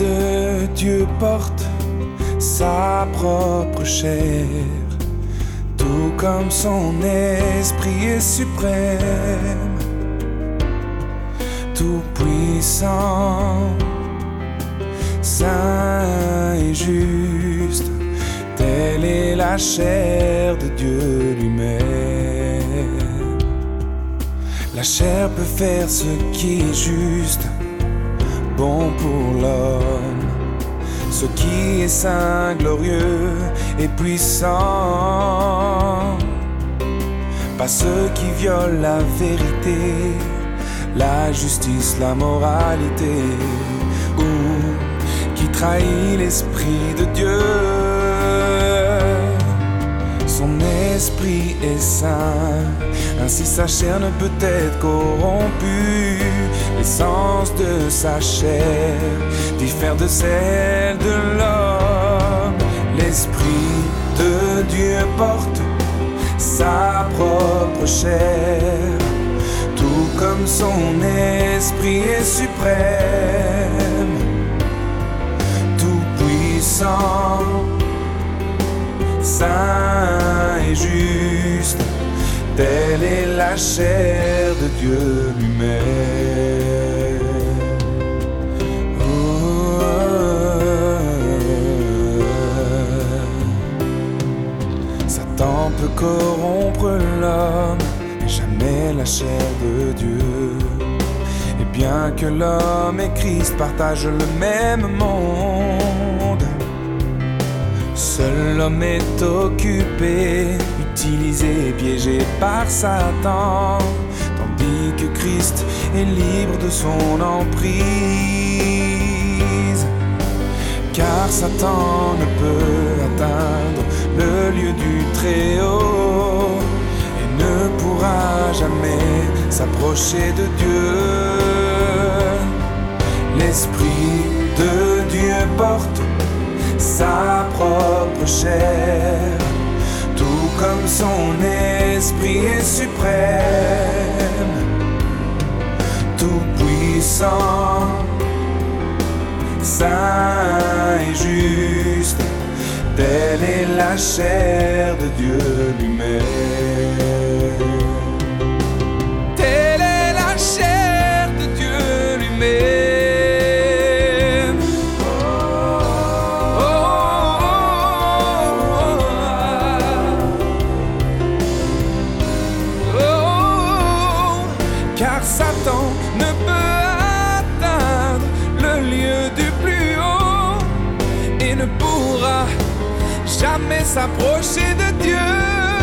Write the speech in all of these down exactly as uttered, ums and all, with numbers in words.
de Dieu porte sa propre chair, tout comme son esprit est suprême, tout puissant, saint et juste. Telle est la chair de Dieu lui-même. La chair peut faire ce qui est juste, bon pour l'homme, ce qui est saint, glorieux et puissant. Pas ceux qui violent la vérité, la justice, la moralité, ou qui trahit l'esprit de Dieu. Son esprit est saint, ainsi sa chair ne peut être corrompue. L'essence de sa chair diffère de celle de l'homme. L'esprit de Dieu porte sa propre chair, tout comme son esprit est suprême, tout puissant, saint et juste. Telle est la chair de Dieu lui-même. Oh, oh, oh. Satan peut corrompre l'homme, mais jamais la chair de Dieu. Et bien que l'homme et Christ partagent le même monde, seul l'homme est occupé, utilisé, piégé par Satan, tandis que Christ est libre de son emprise. Car Satan ne peut atteindre le lieu du Très-Haut et ne pourra jamais s'approcher de Dieu. L'Esprit de Dieu porte sa propre chair, tout comme son esprit est suprême, tout puissant, saint et juste. Telle est la chair de Dieu lui-même. Telle est la chair de Dieu lui-même. Car Satan ne peut atteindre le lieu du plus haut et ne pourra jamais s'approcher de Dieu.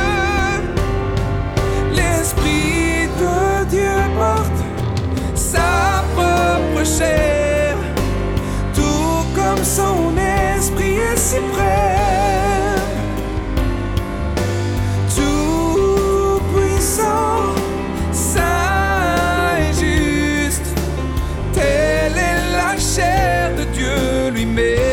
L'Esprit de Dieu porte sa propre chair, tout comme son esprit est suprême, tout puissant, saint et juste. Telle est la chair de Dieu lui-même.